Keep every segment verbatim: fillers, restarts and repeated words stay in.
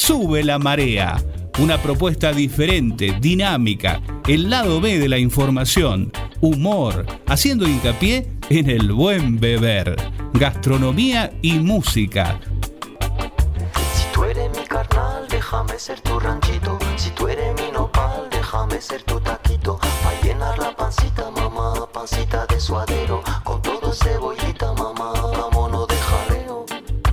Sube la Marea. Una propuesta diferente, dinámica, el lado B de la información, humor, haciendo hincapié en el buen beber, gastronomía y música. Si tú eres mi carnal, déjame ser tu ranchito. Si tú eres mi nopal, déjame ser tu taquito. Pa' llenar la pancita, mamá, pancita de suadero. Con todo cebollita, mamá, vámonos de jaleo.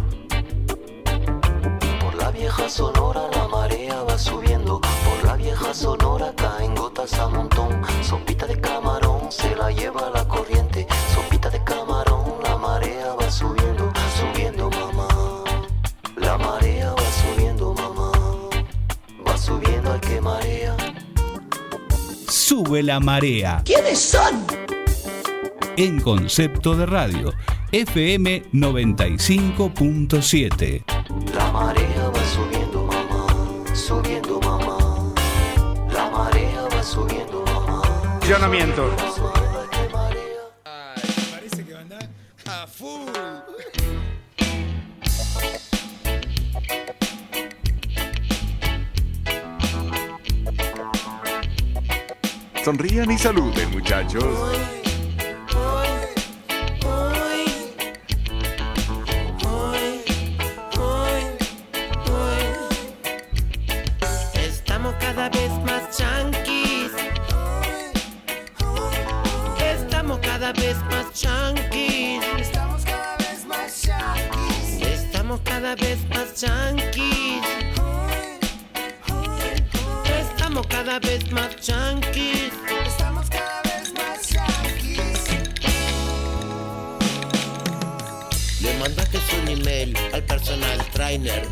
Por la vieja Sonora la marea va subiendo. Por la vieja Sonora caen gotas a montón. Sopita de camarón se la lleva la corriente. Sopita de camarón, la marea va subiendo, subiendo, mamá. La marea va subiendo, mamá. Va subiendo al que marea. Sube la Marea. ¿Quiénes son? En Concepto de Radio, F M noventa y cinco punto siete. La marea va subiendo, mamá. Subiendo, mamá. La marea va subiendo, mamá. Yo no miento. Ay, parece que va a andar a full. Sonrían y saluden, muchachos. Estamos cada vez más yanquis. Estamos cada vez más yanquis. Estamos cada vez más yanquis. Estamos cada vez más yanquis. Estamos cada vez más yanquis. Estamos cada vez más yanquis. Le mandaste un email al personal trainer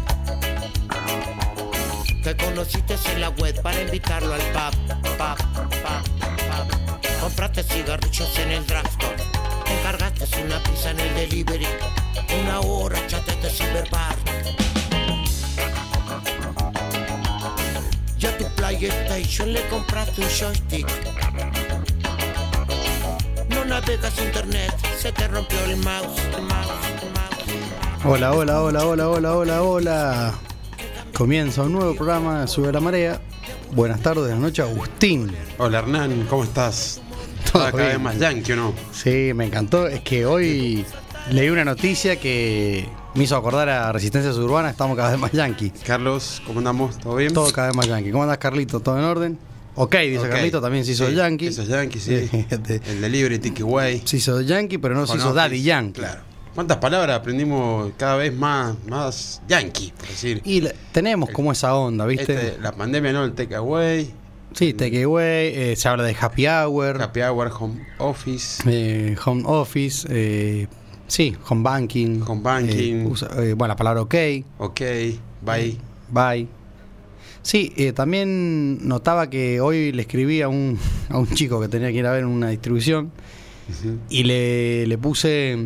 que conociste en la web para invitarlo al pub, pub, pub, pub. Compraste cigarrillos en el drugstore, encargaste una pizza en el delivery, una hora chateaste de Cyberbar. Ya tu PlayStation le compraste un joystick. No navegas internet, se te rompió el mouse, el mouse, el mouse. Hola, hola, hola, hola, hola, hola, hola. Comienza un nuevo programa de Sube la Marea. Buenas tardes, buenas noches, Agustín. Hola Hernán, ¿cómo estás? Todo Cada vez bien. más yankee, ¿o no? Sí, me encantó. Es que hoy leí una noticia que me hizo acordar a Resistencia Suburbana. Estamos cada vez más yanqui. Carlos, ¿cómo andamos? ¿Todo bien? Todo cada vez más yanqui. ¿Cómo andás, Carlito? ¿Todo en orden? Ok, dice Ok. Carlito, también se hizo Sí, yanqui. Eso es yankee, sí. De- El delivery, takeaway. Se hizo yanqui, pero no se hizo Con daddy office. yankee. Claro. ¿Cuántas palabras aprendimos cada vez más, más yankee, por decir? Y la- tenemos como esa onda, ¿viste? Este, la pandemia, ¿no? El takeaway, Sí, takeaway, eh, se habla de happy hour, happy hour, home office. eh, home office, eh, sí, home banking. Home banking. eh, usa- eh, bueno, la palabra ok, Ok, bye. bye. Sí, eh, también notaba que hoy le escribí a un, a un chico que tenía que ir a ver una distribución Ujú. y le, le puse,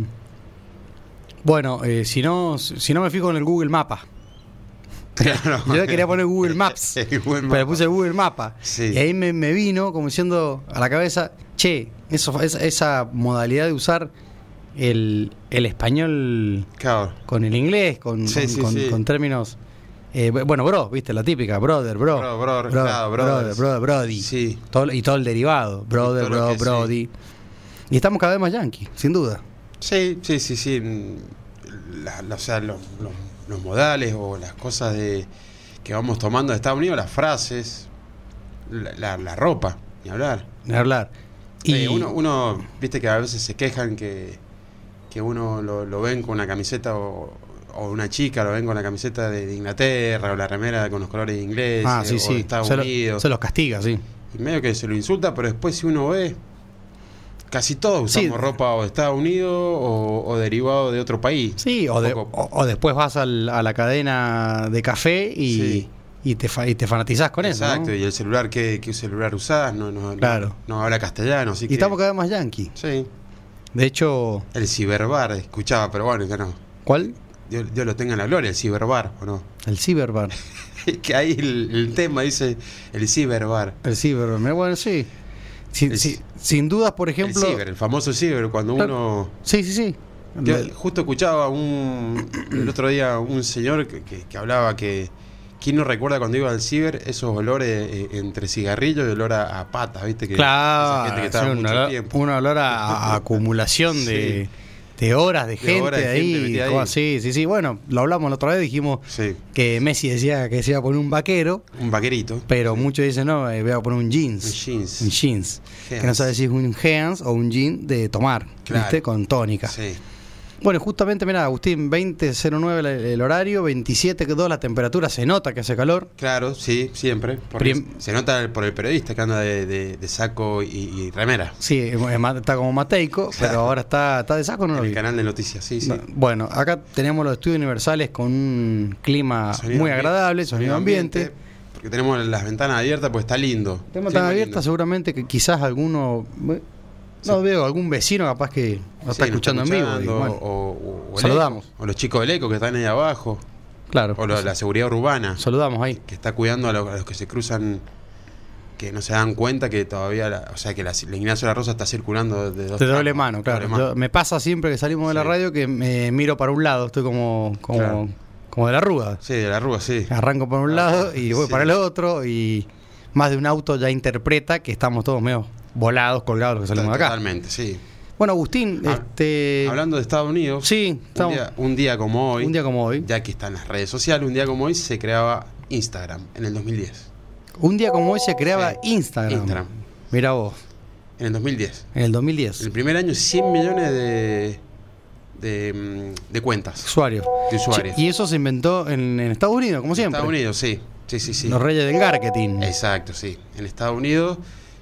bueno, eh, si no si no me fijo en el Google Mapa. Claro. Yo le quería poner Google Maps, El Google pero le Mapa. puse Google Mapa. Sí. Y ahí me, me vino como diciendo a la cabeza, che, eso, esa, esa modalidad de usar el, el español Claro. con el inglés, con, Sí, con, sí, con- sí. con términos... eh, bueno, bro, viste, la típica, brother, bro. Bro, brother, bro, claro, brother, brothers. brother, brody. Sí. Todo- y todo el derivado, brother, Y todo lo bro, que sí. brody. Y estamos cada vez más yankee, sin duda. Sí, sí, sí, sí. La- la- o sea, los, los- los modales o las cosas de que vamos tomando de Estados Unidos, las frases, la, la- la ropa, ni hablar. Ni hablar. Y Eh, uno, uno, viste que a veces se quejan que, que uno lo, lo ven con una camiseta o, o una chica lo ven con la camiseta de, de Inglaterra o la remera con los colores de inglés ah, eh, sí, o sí. de Estados Se, lo- Unidos. se los castiga, sí. Y medio que se lo insulta, pero después si uno ve, casi todos Sí. usamos ropa o de Estados Unidos o, o derivado de otro país. Sí, o, de- Un poco- o, o después vas al- a la cadena de café y, Sí. y, te, fa- y te fanatizás con Exacto, eso. ¿no? y el celular, ¿qué, qué celular usás? No, no, Claro. no, no habla castellano, así Y que... estamos cada vez más yankee. Sí, De hecho, el ciberbar, escuchaba, pero bueno, ya no. ¿cuál? Dios, Dios lo tenga en la gloria, el ciberbar, ¿o no? El ciberbar. Que ahí el, el tema dice el ciberbar. El ciberbar. Bueno, sí. Sin, El- sin- sin dudas, por ejemplo. el ciber, el famoso ciber, cuando Claro. uno... Sí, sí, sí. Yo justo escuchaba un, el otro día un señor que, que, que hablaba que, ¿quién no recuerda cuando iba al ciber esos olores eh, entre cigarrillos y olor a, a patas, viste? Que Claro, esa gente que sí, estaba un, mucho olor, tiempo. un olor a, a acumulación de, Sí. de horas de gente horas de ahí. gente metida ahí. cosas así, sí, sí. Bueno, lo hablamos la otra vez, dijimos Sí, que Messi decía que se iba a poner un vaquero, un vaquerito. pero muchos dicen, no, eh, voy a poner un Un jeans. jeans. Un jeans. Que no Jeans. sabe si es un jeans o un jean de tomar, Claro. ¿viste? Con tónica. Sí. Bueno, justamente, mira, Agustín, veinte cero nueve el, el horario, veintisiete dos la temperatura, se nota que hace calor. Claro, sí, siempre. Porque Prim- se nota por el periodista que anda de, de- de saco y, y remera. Sí, es ma- está como Mateico, pero Claro. ahora está, está de saco, ¿no? En lo el vi? canal de noticias, sí, sí. No, bueno, acá tenemos los estudios universales con un clima Sonido muy ambi- agradable, sonido ambiente. Porque tenemos las ventanas abiertas, pues está lindo. Tenemos Sí, tan muy abiertas, lindo. seguramente que quizás alguno. No veo, algún vecino capaz que nos está Sí, nos escuchando en vivo. y escuchando, bueno, o, o- o el saludamos. eco, o los chicos del eco que están ahí abajo. claro. O lo- la seguridad urbana Saludamos ahí. que está cuidando a, lo- a los que se cruzan, que no se dan cuenta que todavía, la- o sea, que la, la Ignacio de la Rosa está circulando de dos De doble tramos, mano, claro. doble mano. Yo- me pasa siempre que salimos de la Sí. radio que me miro para un lado, estoy como, como, Claro. como de la Rúa. Sí, de la Rúa, sí. Arranco por un Ah, lado y voy sí. para el otro y más de un auto ya interpreta que estamos todos medio volados, colgados los que salimos de acá. Totalmente, sí. Bueno, Agustín, Ah, este... Hablando de Estados Unidos, Sí, un, estamos- día, un día como hoy, un día como hoy. ya que están las redes sociales, un día como hoy se creaba Instagram en el dos mil diez. Un día como hoy se creaba Sí, Instagram. Instagram. Mira vos, En el dos mil diez. en el dos mil diez. El primer año, cien millones de, de, mm, de cuentas, Usuarios. de usuarios. Y eso se inventó en, en Estados Unidos, como En siempre. Estados Unidos, sí. Sí, sí, sí. Los reyes del marketing. Exacto, sí. En Estados Unidos.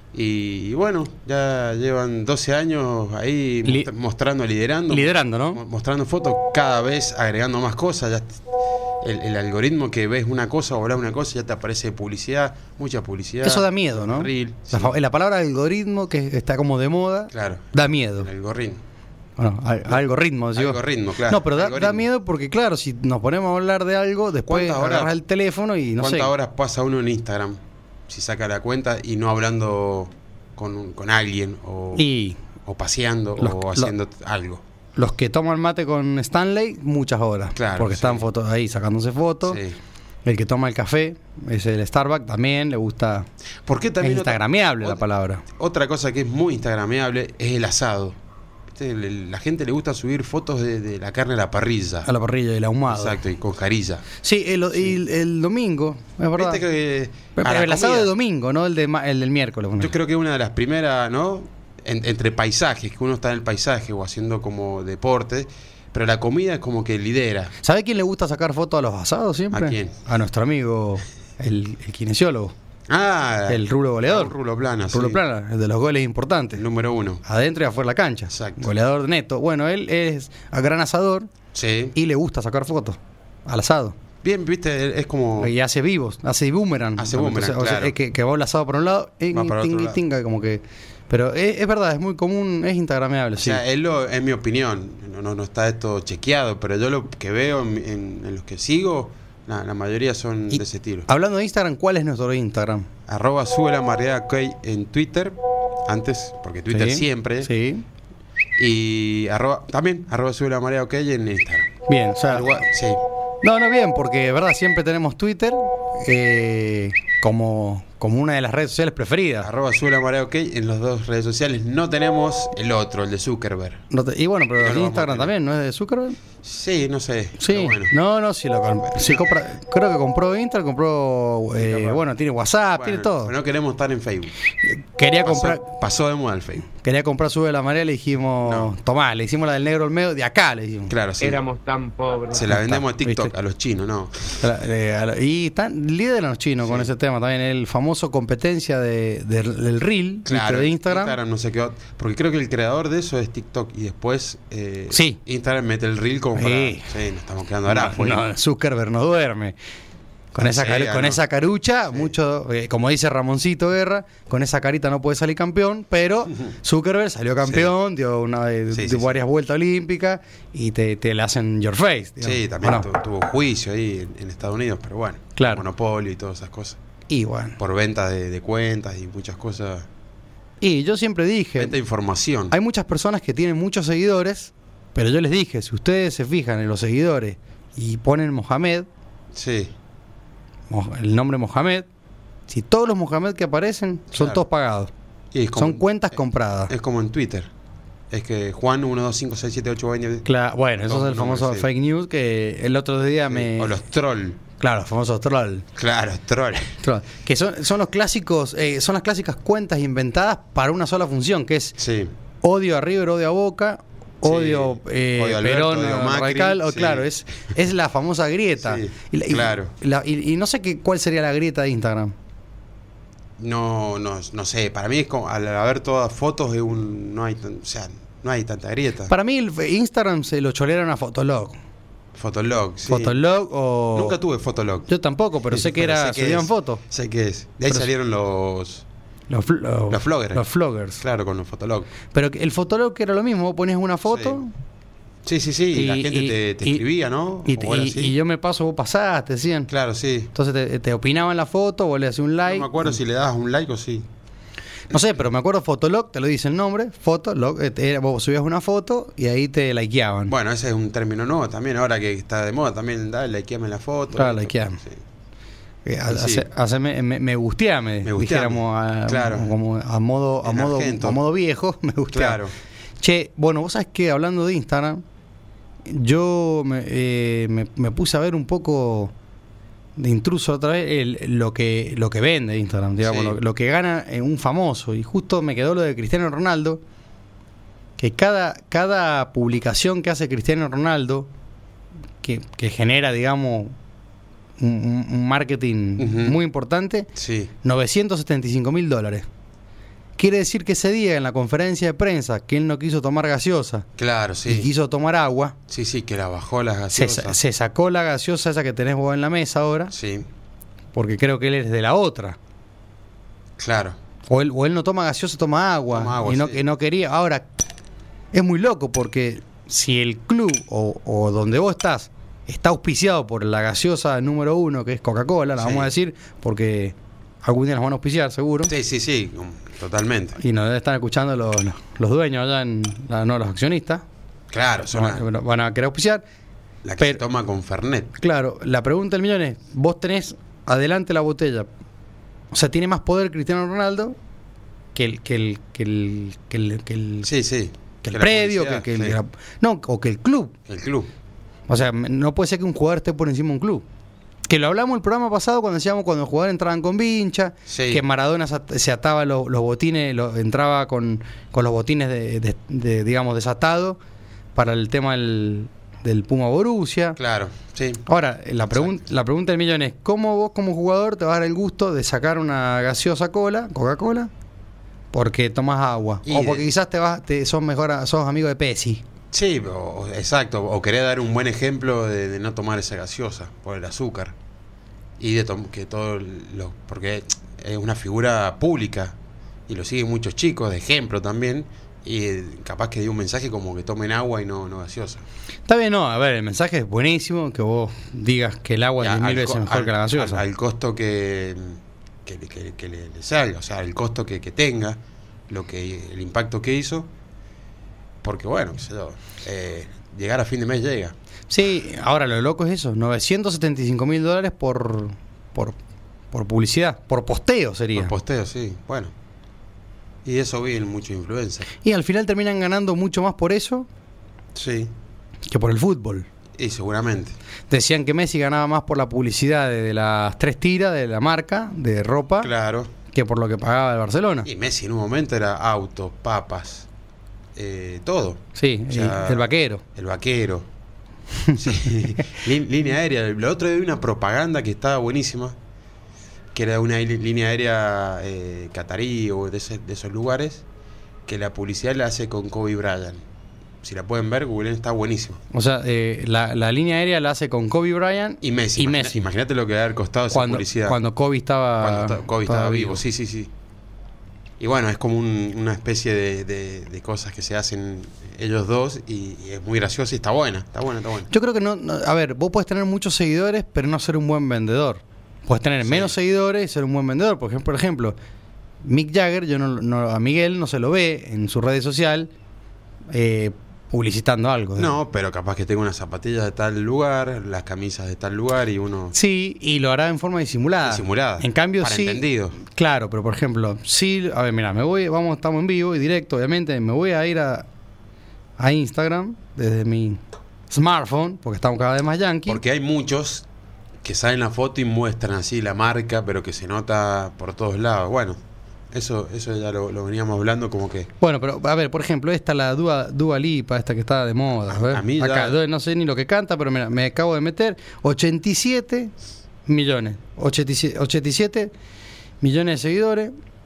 Y, y bueno, ya llevan doce años ahí Li- mostra- mostrando, liderando. Liderando, mo- ¿no? Mostrando fotos, cada vez agregando más cosas. Ya t- el, el algoritmo que ves una cosa o hablas una cosa, ya te aparece publicidad, mucha publicidad. Eso da miedo, ¿no? Reel, La, sí. fa- la palabra algoritmo, que está como de moda, Claro. da miedo. El algoritmo. Bueno, al- algoritmo, digo. Algoritmo, claro. No, pero da, Algoritmo. da miedo porque, claro, si nos ponemos a hablar de algo, después ¿Cuántas horas- agarras el teléfono y no sé. ¿Cuántas horas pasa uno en Instagram si saca la cuenta y no hablando con, con alguien o, Y o paseando Los- o lo- haciendo algo? los que toman mate con Stanley, muchas horas. Claro, porque sí. están fotos ahí sacándose fotos. Sí. El que toma el café, es el Starbucks, también le gusta. ¿Por qué Es también otra- instagrameable la otra- palabra. Otra cosa que es muy instagrameable es el asado. ¿Viste? Le- La gente le gusta subir fotos de, de la carne a la parrilla. A la parrilla y el ahumado. Exacto, y con carilla. Sí, el, y el domingo, es verdad. Viste que Pero a la el asado comida, de domingo, no el, de, ma- el del miércoles. yo creo que una de las primeras, ¿no? En- entre paisajes, que uno está en el paisaje o haciendo como deporte, pero la comida es como que lidera. ¿Sabe quién le gusta sacar fotos a los asados siempre? ¿A quién? A nuestro amigo, el, el kinesiólogo, Ah, el rulo goleador. el Rulo Plana, Rulo sí. Plana, el de los goles importantes. El número uno. Adentro y afuera de la cancha. Exacto. Goleador neto. Bueno, él es a gran asador Sí. y le gusta sacar fotos al asado. Bien, viste, es como... Y hace vivos, hace boomerang. Hace boomerang, o sea, claro. es que, que va el asado por un lado y Va para otro tinga, lado. tinga, como que. Pero es, es verdad, es muy común, es instagrameable, O sí. sea, es, lo, es mi opinión, no, no, no está esto chequeado, pero yo lo que veo en, en- en los que sigo, la, la mayoría son Y- de ese tiro. Hablando de Instagram, ¿cuál es nuestro Instagram? Arroba sube la marea ok en Twitter, antes, porque Twitter Sí, siempre, Sí. y arroba, también arroba sube la marea ok en Instagram. Bien, o sea. Igual- sí, No, no, bien, porque de verdad siempre tenemos Twitter eh, como, como una de las redes sociales preferidas. arroba sube la marea ok en las dos redes sociales. No tenemos el otro, el de Zuckerberg. No te- y bueno, pero No lo vamos a Instagram tener. también, ¿no es de Zuckerberg? Sí, no sé. Sí, pero bueno. no, no, si lo comp- si compra, creo que compró Instagram, compró, eh, capaz. bueno, tiene WhatsApp, Bueno, tiene todo. No queremos estar en Facebook. Quería Pasó, comprar, pasó de moda el Facebook. quería comprar Sube la Marea, le dijimos, No. tomá, le hicimos la del negro Olmedo, de acá le dijimos. Claro, sí. Éramos tan pobres. Se la Ahí está, vendemos a TikTok, ¿viste? a los chinos, ¿no? Eh, a la- y están líderes los chinos con Sí. ese tema también, el famoso competencia de, de- del Reel, ¿viste? Claro, de Instagram. no sé qué. ot- Porque creo que el creador de eso es TikTok y después eh, Sí. Instagram mete el reel como para. Sí. Sí, nos estamos quedando ahora. No, no, Zuckerberg no duerme. Con, No esa, sé, caru- ganó. con esa carucha, Sí. mucho, eh, como dice Ramoncito Guerra, con esa carita no puede salir campeón, pero Zuckerberg salió campeón, dio una de, Sí, de sí, varias vueltas olímpicas y te, te le hacen your face. digamos. Sí, también ¿O no? tu- tuvo juicio ahí en, en Estados Unidos, pero bueno. Claro. Monopolio y todas esas cosas. Y bueno. Por venta de, de cuentas y muchas cosas. Y yo siempre dije, Venta de información. hay muchas personas que tienen muchos seguidores, pero yo les dije, si ustedes se fijan en los seguidores y ponen Mohamed, Sí. el nombre Mohamed, si todos los Mohamed que aparecen son Claro. todos pagados. Y es como- Son cuentas es- compradas. Es como en Twitter. Es que Juan uno dos cinco seis siete ocho veinte. Claro, bueno, eso Todos es el nombres, famoso sí. fake news que el otro día Sí. me... O los troll. Claro, los famosos troll. Claro, troll. troll, que son, son los clásicos, eh, son las clásicas cuentas inventadas para una sola función, que es Sí. odio a River, odio a Boca, odio, Sí. eh, Odio a Alberto, Perón, odio a Macri, Radical, o sí. claro, es, es la famosa grieta. Sí, y, la- y- claro. la- y- y no sé qué, cuál sería la grieta de Instagram. No, no, no sé. Para mí es como al haber todas fotos de un. No hay, tan- o sea, no hay tanta grieta. Para mí el Instagram se lo cholearon a Fotolog. Fotolog, sí. Fotolog o... Nunca tuve Fotolog. Yo tampoco, pero Sí, sé que pero era sé que subían es. fotos. Sé que es. De ahí Pero- salieron los. Los, fl- los, Los floggers. Los floggers. Claro, con los Fotolog. Pero que el Fotolog era lo mismo, vos ponías una foto Sí, sí, sí. Y, la gente y- te, te y- escribía, ¿no? y, O era y- así. y yo me paso, vos pasás, te decían. Claro, sí. Entonces te, te opinaban la foto, vos le hacías un like. No me acuerdo si le dabas un like o sí. No sé, pero me acuerdo Fotolog, te lo dice el nombre, Fotolog, eh, te- vos subías una foto y ahí te likeaban. Bueno, ese es un término nuevo también. Ahora que está de moda también, dale, likeame la foto. Claro, ¿no? likeame. Sí. Eh, ha- sí. hace- haceme- me, me gusteame, Me gusteame, dijéramos a, claro. como a modo, a En modo, argento. a modo viejo, me gusteame. Claro. Che, bueno, vos sabés que hablando de Instagram, yo me, eh, me, me puse a ver un poco de intruso otra vez el- lo que lo que vende Instagram, digamos, Sí. lo, lo que gana en un famoso. Y justo me quedó lo de Cristiano Ronaldo, que cada, cada publicación que hace Cristiano Ronaldo, que, que genera, digamos, un, un- un marketing Ujú. muy importante, Sí. novecientos setenta y cinco mil dólares. Quiere decir que ese día en la conferencia de prensa que él no quiso tomar gaseosa Claro, y sí. quiso tomar agua, Sí, sí, que la bajó las se, gaseosas. se sacó la gaseosa esa que tenés vos en la mesa ahora, Sí, porque creo que él es de la otra. claro. O él, o él no toma gaseosa, toma agua. Toma agua, y no, sí. que no quería. Ahora, es muy loco porque si el club o, o donde vos estás está auspiciado por la gaseosa número uno, que es Coca-Cola, la Sí. vamos a decir, porque algún día nos van a auspiciar, seguro. Sí, sí, sí, um, totalmente. Y nos están escuchando los, los, los dueños allá, en la- no los accionistas. Claro, son la, Van, van a querer auspiciar. la que pero- se toma con Fernet. Claro, la pregunta del millón es, vos tenés adelante la botella. O sea, tiene más poder Cristiano Ronaldo que el, que el, que el, que el, que el, Sí, sí. que el la predio, que, publicidad, que el, sí. que la- no, o que el club. El club. O sea, m- no puede ser que un jugador esté por encima de un club. Que lo hablamos el programa pasado cuando decíamos cuando los jugadores entraban con vincha, Sí. que Maradona se at- se ataba los, los botines, lo- entraba con, con los botines de, de- de, digamos, desatados para el tema del, del Puma Borussia. Claro, sí. Ahora, la, pregun- la pregunta del millón es, ¿cómo vos como jugador te vas a dar el gusto de sacar una gaseosa cola, Coca-Cola, porque tomas agua? Y o de- porque quizás te vas, te, sos mejor, a- sos amigo de Pepsi. Sí, o- exacto. O quería dar un buen ejemplo de, de no tomar esa gaseosa por el azúcar. Y de tom- que todo lo. Porque es una figura pública y lo siguen muchos chicos, de ejemplo también. Y eh, capaz que dio un mensaje como que tomen agua y no, no gaseosa. Está bien, no, a ver, el mensaje es buenísimo, que vos digas que el agua Y es a- mil al veces co- mejor al- que la gaseosa. Al, al costo que, que, que- que le, le salga, o sea, el costo que, que tenga, lo que el impacto que hizo. Porque bueno, qué sé yo, eh, llegar a fin de mes llega. Sí, ahora lo loco es eso, novecientos setenta y cinco mil dólares por, por, por publicidad, por posteo sería. Por posteo, sí, bueno. Y eso vi en muchos influencers. Y al final terminan ganando mucho más por eso Sí, que por el fútbol. y seguramente. Decían que Messi ganaba más por la publicidad de, de las tres tiras de la marca de ropa Claro. que por lo que pagaba el Barcelona. Y Messi en un momento era autos, papas, eh, todo. Sí, O sea, y el vaquero. El vaquero. Sí. Lí- línea aérea. La otra vez vi una propaganda que estaba buenísima, que era una li- línea aérea eh, catarí o de, ese- de esos lugares, que la publicidad la hace con Kobe Bryant. Si la pueden ver, Google está buenísimo. O sea, eh, la, la línea aérea la hace con Kobe Bryant Y Messi. Y imagina- Messi. Imagínate lo que debe haber costado esa cuando, publicidad. cuando Kobe estaba, Cuando ta- Kobe estaba vivo. Sí, sí, sí. Y bueno, es como un- una especie de, de- de cosas que se hacen ellos dos y, y es muy graciosa y está buena, está buena, está buena. Yo creo que no, no- a ver, vos puedes tener muchos seguidores, pero no ser un buen vendedor. Puedes tener Sí. menos seguidores y ser un buen vendedor. Por ejemplo, por ejemplo Mick Jagger, yo no, no- a Miguel no se lo ve en su red social eh, publicitando algo. ¿eh? No, pero capaz que tenga unas zapatillas de tal lugar, las camisas de tal lugar y uno... Sí, y lo hará en forma disimulada. Disimulada. En cambio, para sí. entendido. Claro, pero por ejemplo, sí, a ver, mira, me voy, vamos, estamos en vivo y directo, obviamente, me voy a ir a, a Instagram desde mi smartphone, porque estamos cada vez más yankee. Porque hay muchos que salen la foto y muestran así la marca, pero que se nota por todos lados. Bueno, eso eso ya lo, lo veníamos hablando como que... Bueno, pero a ver, por ejemplo, esta, la Dua, Dua Lipa, esta que está de moda. A- ¿ves? a mí ya- Acá, no sé ni lo que canta, pero mira, me acabo de meter ochenta y siete millones. ochenta y siete, ochenta y siete millones de seguidores.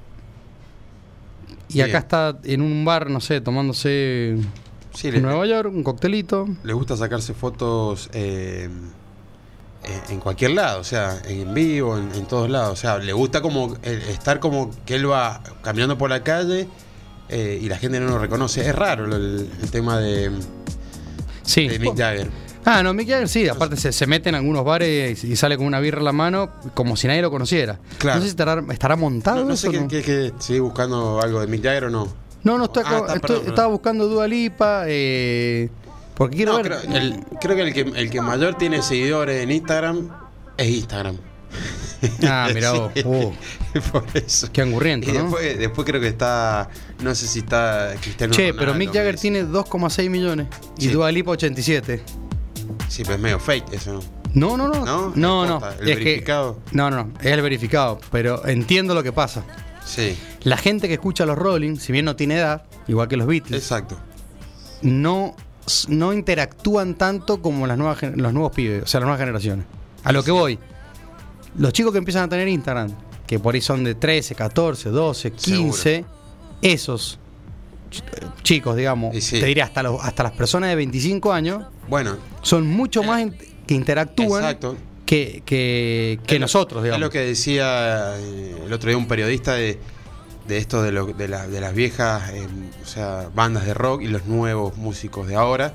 Y Bien. acá está en un bar, no sé, tomándose Sí, en le, Nueva York, un coctelito. le gusta sacarse fotos eh, eh, en cualquier lado, o sea, en vivo, en, en todos lados. O sea, le gusta como el- estar como que él va caminando por la calle eh, y la gente no lo reconoce. Es raro lo- el, el tema de, Sí. de Mick Jagger. Ah, no, Mick Jagger sí, aparte se, se mete en algunos bares y, y sale con una birra en la mano como si nadie lo conociera. Claro. No sé si estará, estará montado. No, no eso sé o no? qué, qué, qué- sigue buscando algo de Mick Jagger o no. No, no, estoy, Ah, acá- está, estoy- perdón, perdón. estaba buscando Dua Lipa, eh, porque quiero No, ver. creo, el, creo que el que el que mayor tiene seguidores en Instagram es Instagram. Ah, mirá vos. Sí, Uh, por eso. qué angurriento, Y ¿no? después, después creo que está, no sé si está Cristiano Che, Ronaldo, pero Mick me Jagger dice. tiene dos coma seis millones y Sí. Dua Lipa ochenta y siete. Sí, pero es medio fake eso, ¿no? No, no, no. ¿No? No, ¿El no. posta? ¿El es que- verificado? no, no, no. Es el verificado. Pero entiendo lo que pasa. Sí, La gente que escucha a los Rolling, si bien no tiene edad, igual que los Beatles, exacto. no, no interactúan tanto como las nuevas, gen- los nuevos pibes, o sea, las nuevas generaciones. A lo que voy, los chicos que empiezan a tener Instagram, que por ahí son de trece, catorce, doce, quince, esos ch- chicos, digamos, Y sí. te diría hasta, los, hasta las personas de veinticinco años, Bueno, son mucho más in- que interactúan exacto. que, que, que Es lo- nosotros, digamos. Es lo que decía eh, el otro día un periodista de, de esto de, lo, de, la- de las viejas eh, o sea, bandas de rock y los nuevos músicos de ahora.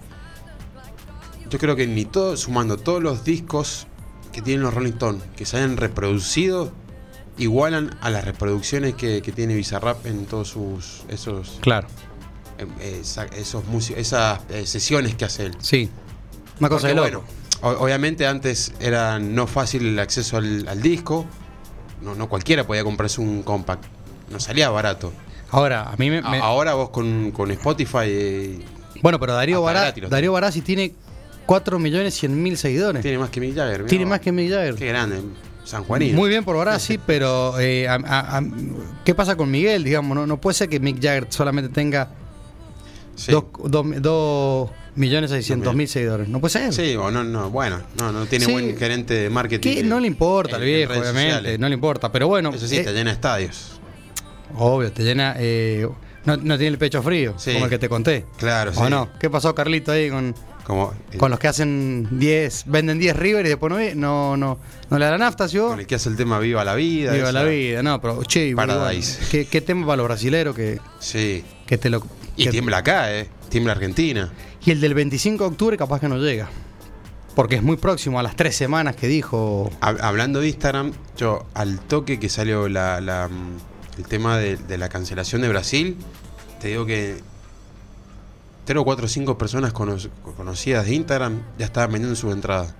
Yo creo que ni todo, sumando todos los discos que tienen los Rolling Stones, que se hayan reproducido, igualan a las reproducciones que, que tiene Bizarrap en todos sus esos Claro, eh, eh, esa- esos músicos, esas eh, sesiones que hace él. sí. Una cosa Porque, de bueno, loco. o- obviamente antes era no fácil el acceso al, al disco. No, no cualquiera podía comprarse un compact. No salía barato. Ahora, a mí me... A- me- Ahora vos con, con Spotify... eh, bueno, pero Darío, hasta Bará, gratis los Darío Barassi tiene cuatro millones cien mil seguidores. tiene más que Mick Jagger. mirá Tiene vos. más que Mick Jagger. Qué grande. San Juanino. Muy bien por Barassi, pero eh, a- a- a- ¿qué pasa con Miguel? Digamos, no, no puede ser que Mick Jagger solamente tenga Sí. dos, dos, dos millones seiscientos mil seguidores. No puede ser. Sí, o no, no, bueno, no, no tiene Sí. buen gerente de marketing. Que en- no le importa en- al en viejo, redes obviamente, sociales. no le importa. Pero bueno, Eso sí, eh, te llena estadios. obvio, te llena. eh, no, no tiene el pecho frío, Sí. como el que te conté. Claro, ¿O sí. no? ¿Qué pasó, Carlito, ahí con, Como el, con los que hacen diez, venden diez River y después no, no, no, no le da la nafta, ¿sí vos? con el que hace el tema Viva la Vida. Viva esa- la vida, no, pero che, igual, Paradise. igual, ¿qué, qué tema para los brasileros que, Sí. que te lo. Y que- tiembla acá, ¿eh? Tiembla Argentina. y el del veinticinco de octubre capaz que no llega. Porque es muy próximo a las tres semanas que dijo. Hab- Hablando de Instagram, yo al toque que salió la, la, mm, el tema de, de la cancelación de Brasil, te digo que tres o cuatro o cinco personas cono- conocidas de Instagram ya estaban vendiendo sus entradas.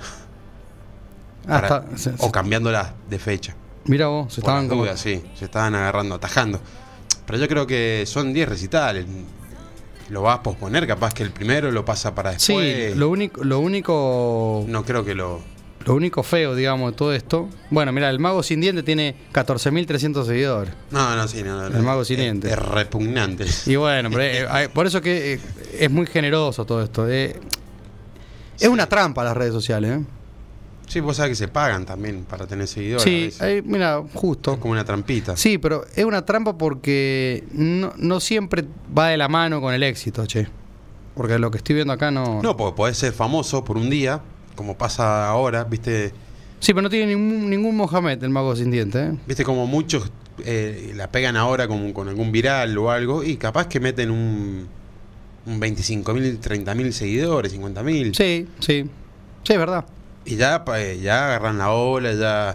Ah, Para- está- se- o se- cambiándolas de fecha. mira vos, se Por estaban las como. dudas, sí, se estaban agarrando, atajando. Pero yo creo que son diez recitales. Lo vas a posponer, capaz que el primero lo pasa para Sí, después. lo único, lo único. No creo que lo... Lo único feo, digamos, de todo esto. Bueno, mira, el Mago Sin Diente tiene catorce mil trescientos seguidores. No, no, sí, no. no, El no. mago sin Es- dientes. Es repugnante. Y bueno, pero, eh, eh, por eso que eh, es muy generoso todo esto. eh. Sí. Es una trampa las redes sociales, ¿eh? Sí, vos sabés que se pagan también para tener seguidores. a Sí, veces. eh, mira, justo. Es como una trampita. Sí, pero es una trampa porque no, no siempre va de la mano con el éxito, che. Porque lo que estoy viendo acá no... No, porque podés ser famoso por un día, como pasa ahora, viste, Sí, pero no tiene ningún, ningún Mohamed el Mago Sin Diente, ¿eh? viste como muchos eh, la pegan ahora con, con algún viral o algo, y capaz que meten un, un veinticinco mil, treinta mil seguidores, cincuenta mil. Sí, sí. Sí, es verdad. Y ya, pa- eh, ya agarran la ola, ya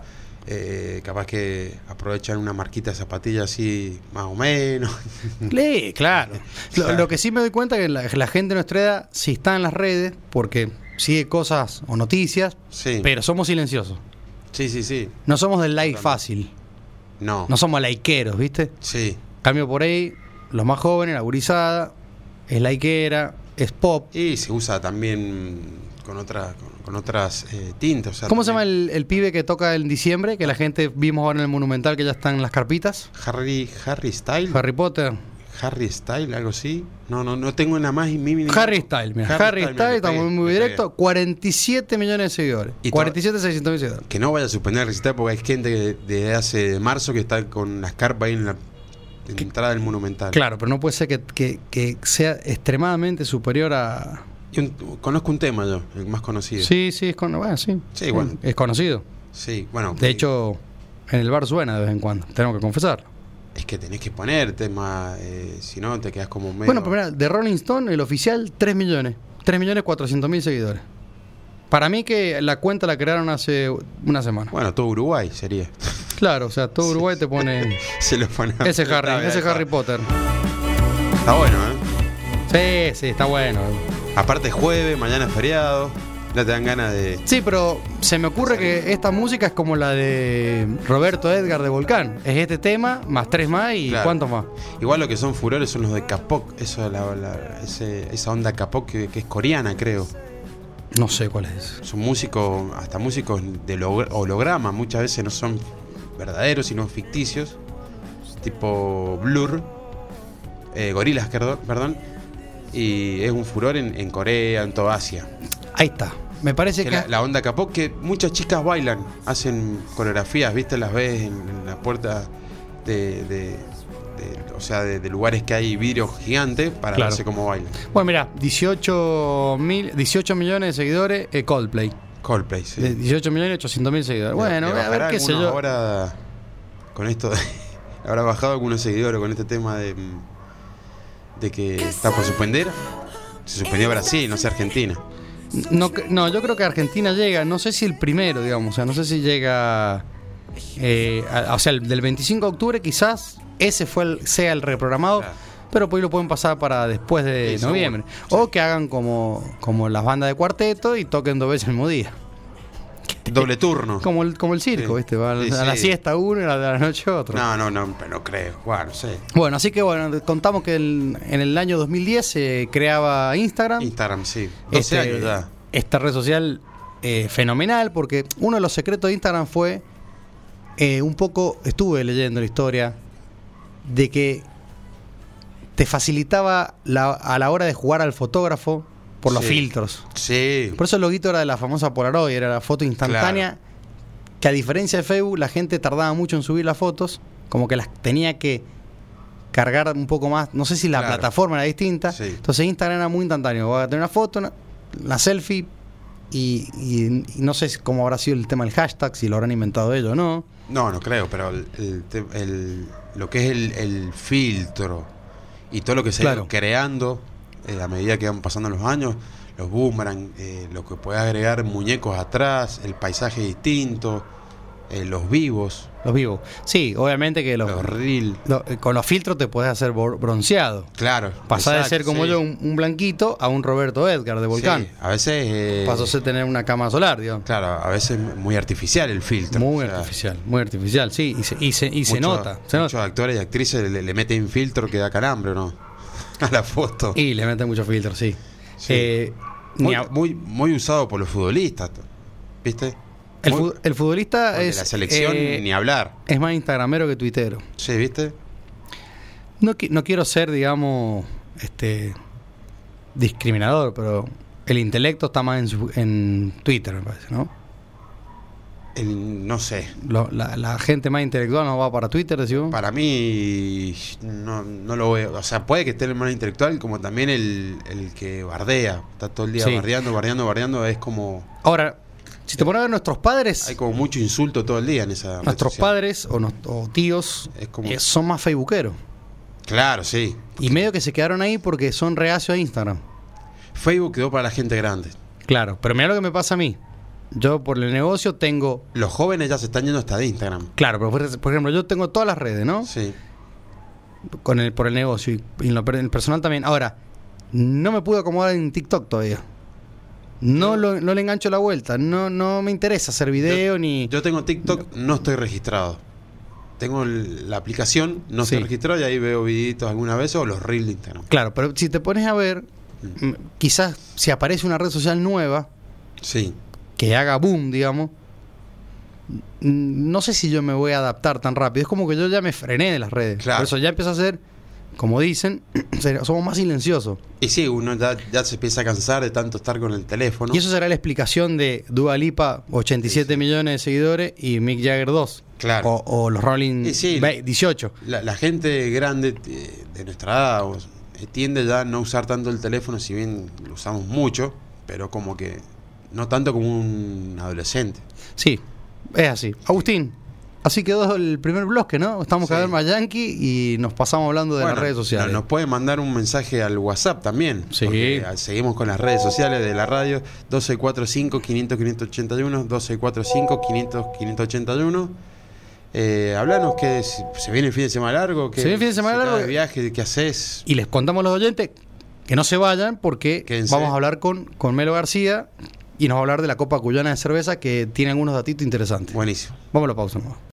Eh, capaz que aprovechan una marquita de zapatilla así, más o menos. Sí, claro. Lo, lo que sí me doy cuenta es que la, la gente de nuestra edad, si está en las redes, porque sigue cosas o noticias, Sí. pero somos silenciosos. Sí, sí, sí. No somos del like fácil. No. No somos likeeros, ¿viste? Sí. Cambio por ahí, los más jóvenes, la gurizada, es likeera, es pop. Y se usa también con otras con, con otras eh, tintas. O sea, ¿Cómo se llama también- el, el pibe que toca en diciembre? Que la gente vimos ahora en el Monumental que ya están en las carpitas. Harry, Harry Style. Harry Potter. Harry Style, algo así. No, no, no tengo nada más y mínimo. Harry Styles, mira. Harry, Styles, Styles, me estamos pegué, muy me directo. pegué. cuarenta y siete millones de seguidores. Y to- cuarenta y siete, seiscientos mil seguidores. Que no vaya a suspender el recital porque hay gente que desde hace marzo que está con las carpas ahí en la en la entrada del Monumental. Claro, pero no puede ser que, que, que sea extremadamente superior a... Y un- conozco un tema yo, el más conocido. Sí, sí, es, con... bueno, sí. Sí, bueno. Es conocido. Sí, bueno. De eh, hecho, en el bar suena de vez en cuando. Tengo que confesar. Es que tenés que poner tema, eh, si no te quedas como medio. Bueno, pero mira, de Rolling Stone, el oficial, tres millones. tres millones cuatrocientos mil seguidores. Para mí que la cuenta la crearon hace una semana. Bueno, todo Uruguay sería. Claro, o sea, todo Uruguay te pone... Se lo pone. Ese Está Harry, bien, ese está- Harry Potter. Está bueno, ¿eh? Sí, sí, está bueno. Aparte es jueves, mañana es feriado. Ya te dan ganas de. Sí, pero se me ocurre que esta música es como la de Roberto Edgar de Volcán. Es este tema, más tres más y Claro. ¿cuántos más? Igual lo que son furores son los de K-pop. Eso, la, la- ese- esa onda K-pop que, que es coreana, creo. No sé cuál es. Son músicos, hasta músicos de log- holograma. Muchas veces no son verdaderos, sino ficticios. Tipo Blur. Eh, Gorilas, perdón. perdón. Y es un furor en, en Corea, en toda Asia. Ahí está. Me parece Que que... la, la onda K-pop, que muchas chicas bailan, hacen coreografías, ¿viste? Las ves en, en la puerta de, de- de- o sea, de, de lugares que hay vidrios gigantes para Claro. verse cómo bailan. Bueno, mira, dieciocho, mil, dieciocho millones de seguidores, eh, Coldplay. Coldplay, sí. De dieciocho millones ochocientos mil seguidores. Bueno, Le- le a ver bajará qué sé algunos yo. Ahora, con esto, de- habrá bajado algunos seguidores con este tema de, de que está por suspender. Se suspendió Brasil, no sé Argentina. No, no, yo creo que Argentina llega, no sé si el primero, digamos, o sea, no sé si llega, eh, a- o sea, el del veinticinco de octubre quizás ese fue el, sea el reprogramado, Claro. pero pues lo pueden pasar para después de Sí, noviembre. seguro. O que hagan como, como las bandas de cuarteto y toquen dos veces el mismo día. Doble turno. Como el, como el circo, Sí. ¿viste? Va a, Sí, a la sí. siesta uno y a la de la noche otro. No, no, no, pero no creo. Bueno, no sé. Bueno, así que bueno, contamos que el- en el año dos mil diez se creaba Instagram. Instagram, sí. doce Este, años ya. Esta red social eh, fenomenal, porque uno de los secretos de Instagram fue eh, un poco, estuve leyendo la historia de que te facilitaba la- a la hora de jugar al fotógrafo por los Sí. filtros. Sí. Por eso el loguito era de la famosa Polaroid, era la foto instantánea, que a diferencia de Facebook la gente tardaba mucho en subir las fotos, como que las tenía que cargar un poco más, no sé si la Claro. plataforma era distinta, Sí. entonces Instagram era muy instantáneo, voy a tener una foto, una, la selfie y, y- y no sé cómo habrá sido el tema del hashtag, si lo habrán inventado ellos o no. No, no creo, pero el, el te- el- lo que es el, el filtro y todo lo que se Claro. ha ido creando eh, a medida que van pasando los años, los boomerang, eh, lo que puede agregar muñecos atrás, el paisaje distinto, eh, los vivos, Los vivos. Sí, obviamente que los, los reel. lo- con los filtros te puedes hacer bor- bronceado. Claro. Pasar de exacto, ser como sí. yo un, un blanquito a un Roberto Edgar de Volcán. Sí, a veces. eh, Pasó a ser tener una cama solar, digamos. Claro, a veces muy artificial el filtro. Muy o sea, artificial, muy artificial, sí, y se, y se, y se mucho- nota. Se Muchos nota. actores y actrices le, le meten filtro que da calambre, ¿o no? A la foto. Y le meten muchos filtros, sí. Sí. Eh, ni Muy, a- muy, muy usado por los futbolistas, ¿viste? el, Muy- fu- el futbolista porque es, la selección eh, ni hablar. es más instagramero que tuitero. Sí, ¿viste? No, qui- no quiero ser, digamos, este discriminador, pero el intelecto está más en, su- en Twitter, me parece, ¿no? El- no sé. Lo- la, la gente más intelectual no va para Twitter, decimos. Para mí no, no lo veo. O sea, puede que esté el más intelectual como también el, el que bardea. Está todo el día Sí. bardeando, bardeando, bardeando. Es como... Ahora, si te pones a ver nuestros padres, Hay como mucho insulto todo el día en esa red nuestros social. padres o, nos- o tíos Es como- eh, son más facebookeros. Claro, sí. Y medio que se quedaron ahí porque son reacios a Instagram. Facebook quedó para la gente grande. Claro, pero mira lo que me pasa a mí. Yo por el negocio tengo... Los jóvenes ya se están yendo hasta de Instagram. Claro, pero por, por ejemplo, yo tengo todas las redes, ¿no? Sí. Con el, por el negocio y, y en lo per- en el personal también. Ahora, no me pude acomodar en TikTok todavía. No, lo, no le engancho la vuelta. No, no me interesa hacer video yo, ni... Yo tengo TikTok, no estoy registrado. Tengo el, la aplicación, no Sí. estoy registrado y ahí veo videitos alguna vez o los reels de Instagram. Claro, pero si te pones a ver, Mm. m- quizás si aparece una red social nueva Sí. que haga boom, digamos, n- no sé si yo me voy a adaptar tan rápido. Es como que yo ya me frené de las redes. Claro. Por eso ya empiezo a hacer, como dicen, ser- somos más silenciosos. Y sí, uno ya, ya se empieza a cansar de tanto estar con el teléfono. Y eso será la explicación de Dua Lipa, ochenta y siete Sí, sí. millones de seguidores, y Mick Jagger dos. Claro. O, o los Rolling Y sí. ve- dieciocho. La, la gente grande eh, de nuestra edad o, eh, tiende ya a no usar tanto el teléfono, si bien lo usamos mucho, pero como que no tanto como un adolescente. Sí, es así. Agustín, así quedó el primer bloque, ¿no? Estamos Sí. cada vez más yankee y nos pasamos hablando de Bueno, las redes sociales. Nos pueden mandar un mensaje al WhatsApp también. Sí. Porque seguimos con las redes sociales de la radio. doce cuarenta y cinco, quinientos, quinientos ochenta y uno. doce cuarenta y cinco, quinientos, quinientos ochenta y uno. Eh, hablanos que se se viene el fin de semana largo. Que Se viene el fin de semana si largo. estás de viaje, ¿qué haces? Y les contamos a los oyentes que no se vayan porque Quédense. vamos a hablar con, con Melo García y nos va a hablar de la Copa Cuyana de Cerveza que tiene algunos datitos interesantes. Buenísimo. Vamos a la pausa, ¿no?